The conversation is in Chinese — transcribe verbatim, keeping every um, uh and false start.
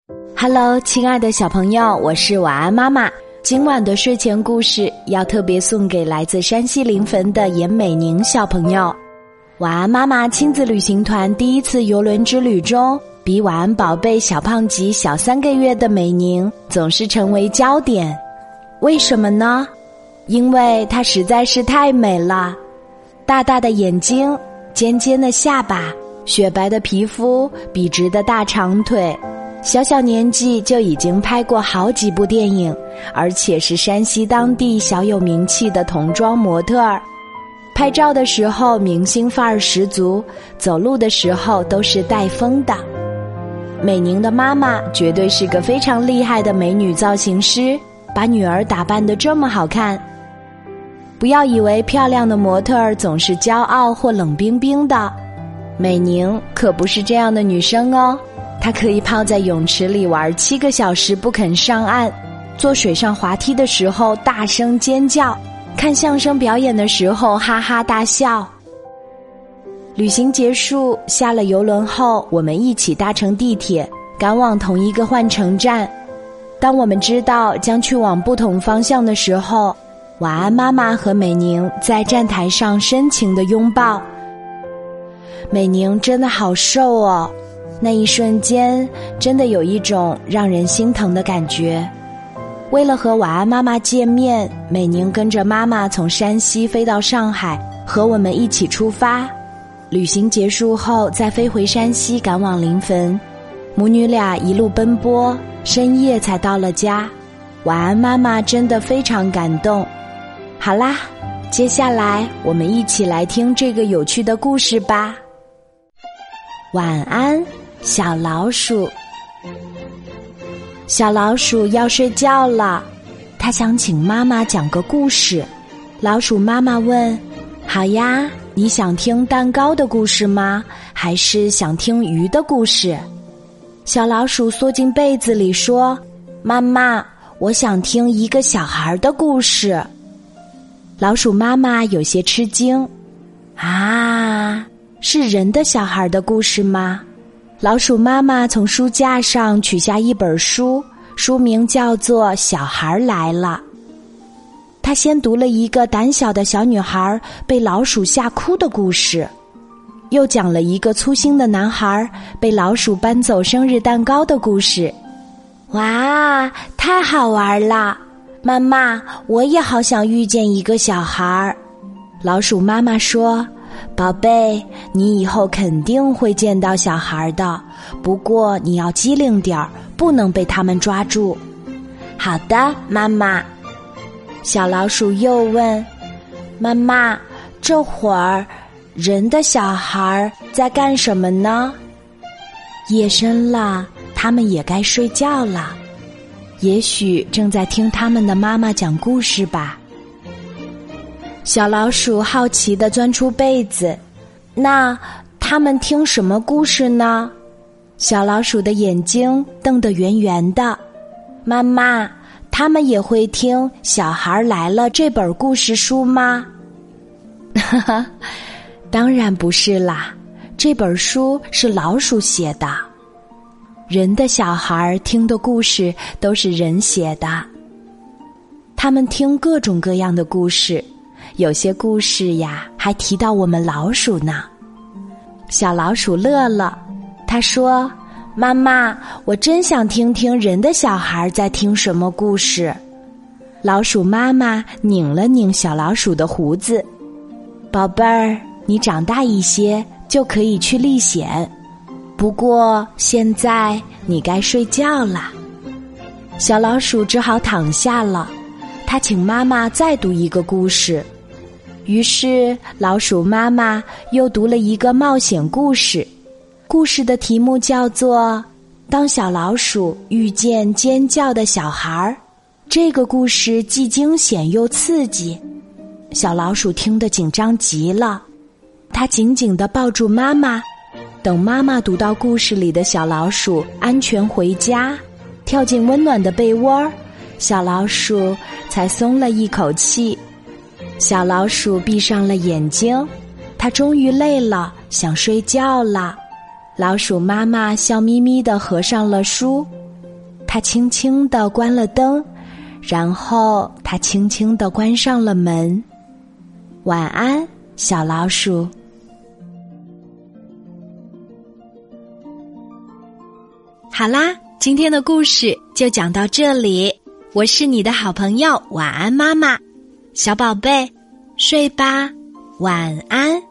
Hello， 亲爱的小朋友，我是晚安妈妈。今晚的睡前故事要特别送给来自山西临汾的严美宁小朋友。晚安妈妈亲子旅行团第一次邮轮之旅中，比晚安宝贝小胖吉小三个月的美宁总是成为焦点。为什么呢？因为她实在是太美了，大大的眼睛，尖尖的下巴，雪白的皮肤，笔直的大长腿，小小年纪就已经拍过好几部电影，而且是山西当地小有名气的童装模特儿。拍照的时候明星范儿十足，走路的时候都是带风的。美宁的妈妈绝对是个非常厉害的美女造型师，把女儿打扮得这么好看。不要以为漂亮的模特儿总是骄傲或冷冰冰的，美宁可不是这样的女生哦。她可以泡在泳池里玩七个小时不肯上岸，坐水上滑梯的时候大声尖叫，看相声表演的时候哈哈大笑。旅行结束，下了邮轮后，我们一起搭乘地铁，赶往同一个换乘站。当我们知道将去往不同方向的时候，晚安妈妈和美宁在站台上深情地拥抱。美宁真的好瘦哦，那一瞬间真的有一种让人心疼的感觉。为了和晚安妈妈见面，美宁跟着妈妈从山西飞到上海，和我们一起出发。旅行结束后再飞回山西赶往临汾，母女俩一路奔波，深夜才到了家。晚安妈妈真的非常感动。好啦，接下来我们一起来听这个有趣的故事吧。晚安，小老鼠。小老鼠要睡觉了，它想请妈妈讲个故事。老鼠妈妈问：好呀，你想听蛋糕的故事吗？还是想听鱼的故事？小老鼠缩进被子里说：妈妈，我想听一个小孩的故事。老鼠妈妈有些吃惊：啊，是人的小孩的故事吗？老鼠妈妈从书架上取下一本书，书名叫做《小孩来了》。她先读了一个胆小的小女孩被老鼠吓哭的故事，又讲了一个粗心的男孩被老鼠搬走生日蛋糕的故事。哇，太好玩了！妈妈，我也好想遇见一个小孩。老鼠妈妈说：宝贝，你以后肯定会见到小孩的，不过你要机灵点儿，不能被他们抓住。好的，妈妈。小老鼠又问：妈妈，这会儿人的小孩在干什么呢？夜深了，他们也该睡觉了，也许正在听他们的妈妈讲故事吧。小老鼠好奇地钻出被子，那他们听什么故事呢？小老鼠的眼睛瞪得圆圆的。妈妈，他们也会听《小孩来了》这本故事书吗？哈哈，当然不是啦，这本书是老鼠写的。人的小孩听的故事都是人写的，他们听各种各样的故事，有些故事呀还提到我们老鼠呢。小老鼠乐了，他说：妈妈，我真想听听人的小孩在听什么故事。老鼠妈妈拧了拧小老鼠的胡子：宝贝儿，你长大一些就可以去历险，不过现在你该睡觉了。小老鼠只好躺下了，他请妈妈再读一个故事。于是老鼠妈妈又读了一个冒险故事，故事的题目叫做《当小老鼠遇见尖叫的小孩》。这个故事既惊险又刺激，小老鼠听得紧张极了，它紧紧地抱住妈妈，等妈妈读到故事里的小老鼠安全回家，跳进温暖的被窝，小老鼠才松了一口气。小老鼠闭上了眼睛，它终于累了，想睡觉了。老鼠妈妈笑眯眯地合上了书， 他轻轻地关了灯，然后他轻轻地关上了门。晚安，小老鼠。好啦，今天的故事就讲到这里，我是你的好朋友晚安妈妈。小宝贝，睡吧，晚安。